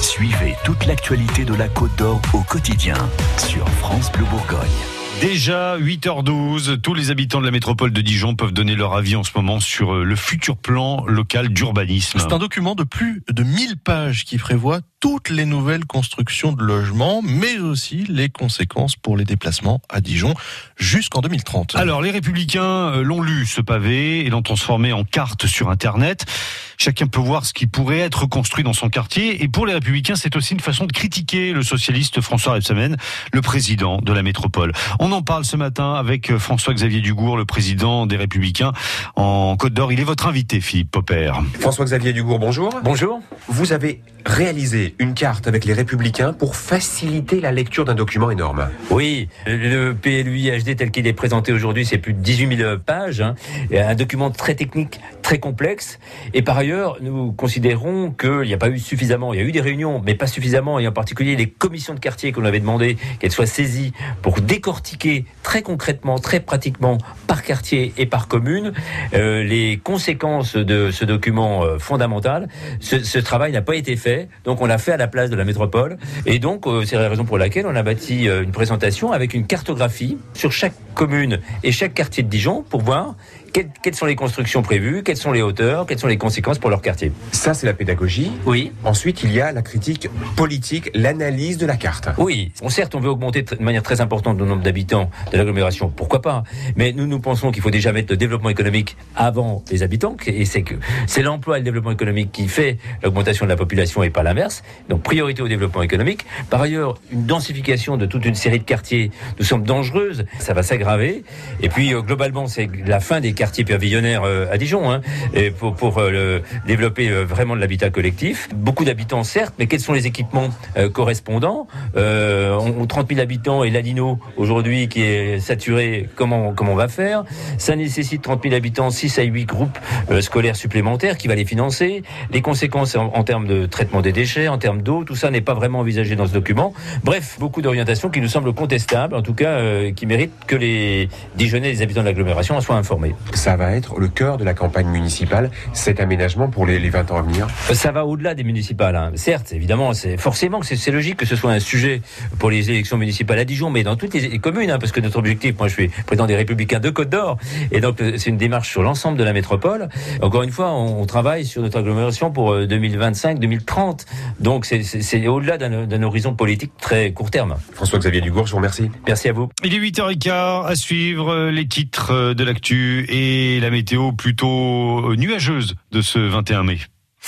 Suivez toute l'actualité de la Côte d'Or au quotidien sur France Bleu Bourgogne. Déjà 8h12, tous les habitants de la métropole de Dijon peuvent donner leur avis en ce moment sur le futur plan local d'urbanisme. C'est un document de plus de 1000 pages qui prévoit toutes les nouvelles constructions de logements, mais aussi les conséquences pour les déplacements à Dijon jusqu'en 2030. Alors, les Républicains l'ont lu, ce pavé, et l'ont transformé en carte sur Internet. Chacun peut voir ce qui pourrait être construit dans son quartier. Et pour les Républicains, c'est aussi une façon de critiquer le socialiste François Rebsamen, le président de la métropole. On en parle ce matin avec François-Xavier Dugourc, le président des Républicains en Côte d'Or. Il est votre invité, Philippe Popper. François-Xavier Dugourc, bonjour. Bonjour. Vous avez réalisé une carte avec les Républicains pour faciliter la lecture d'un document énorme. Oui, le PLUI HD tel qu'il est présenté aujourd'hui, c'est plus de 18 000 pages. Un document très technique, très complexe. Et par ailleurs, nous considérons qu'il n'y a pas eu suffisamment. Il y a eu des réunions, mais pas suffisamment. Et en particulier, les commissions de quartier qu'on avait demandé qu'elles soient saisies pour décortiquer très concrètement, très pratiquement, par quartier et par commune, les conséquences de ce document fondamental. Ce travail n'a pas été fait. Donc on l'a fait à la place de la métropole. Et donc c'est la raison pour laquelle on a bâti une présentation avec une cartographie sur chaque commune et chaque quartier de Dijon pour voir quelles sont les constructions prévues, quelles sont les hauteurs, quelles sont les conséquences pour leur quartier. Ça, c'est la pédagogie. Oui. Ensuite, il y a la critique politique, l'analyse de la carte. Oui. Certes, on veut augmenter de manière très importante le nombre d'habitants de l'agglomération. Pourquoi pas ? Mais nous pensons qu'il faut déjà mettre le développement économique avant les habitants. Et c'est l'emploi et le développement économique qui fait l'augmentation de la population et pas l'inverse. Donc, priorité au développement économique. Par ailleurs, une densification de toute une série de quartiers nous semble dangereuse. Ça va s'aggraver. Et puis, globalement, c'est la fin des quartiers pavillonnaires à Dijon, et pour développer vraiment de l'habitat collectif. Beaucoup d'habitants, certes, mais quels sont les équipements correspondants ? 30 000 habitants et l'Alino, aujourd'hui, qui est saturé, comment on va faire ? Ça nécessite 30 000 habitants, 6 à 8 groupes scolaires supplémentaires qui va les financer. Les conséquences en termes de traitement des déchets, en termes d'eau, tout ça n'est pas vraiment envisagé dans ce document. Bref, beaucoup d'orientations qui nous semblent contestables, en tout cas, qui méritent que les Dijonnais et les habitants de l'agglomération en soient informés. Ça va être le cœur de la campagne municipale, cet aménagement pour les 20 ans à venir. Ça va au-delà des municipales. Certes, évidemment, c'est logique que ce soit un sujet pour les élections municipales à Dijon, mais dans toutes les communes, parce que notre objectif, moi je suis président des Républicains de Côte d'Or, et donc c'est une démarche sur l'ensemble de la métropole. Encore une fois, on travaille sur notre agglomération pour 2025-2030, donc c'est au-delà d'un horizon politique très court terme. François-Xavier Dugourc, je vous remercie. Merci à vous. Il est 8h15, à suivre les titres de l'actu et la météo plutôt nuageuse de ce 21 mai.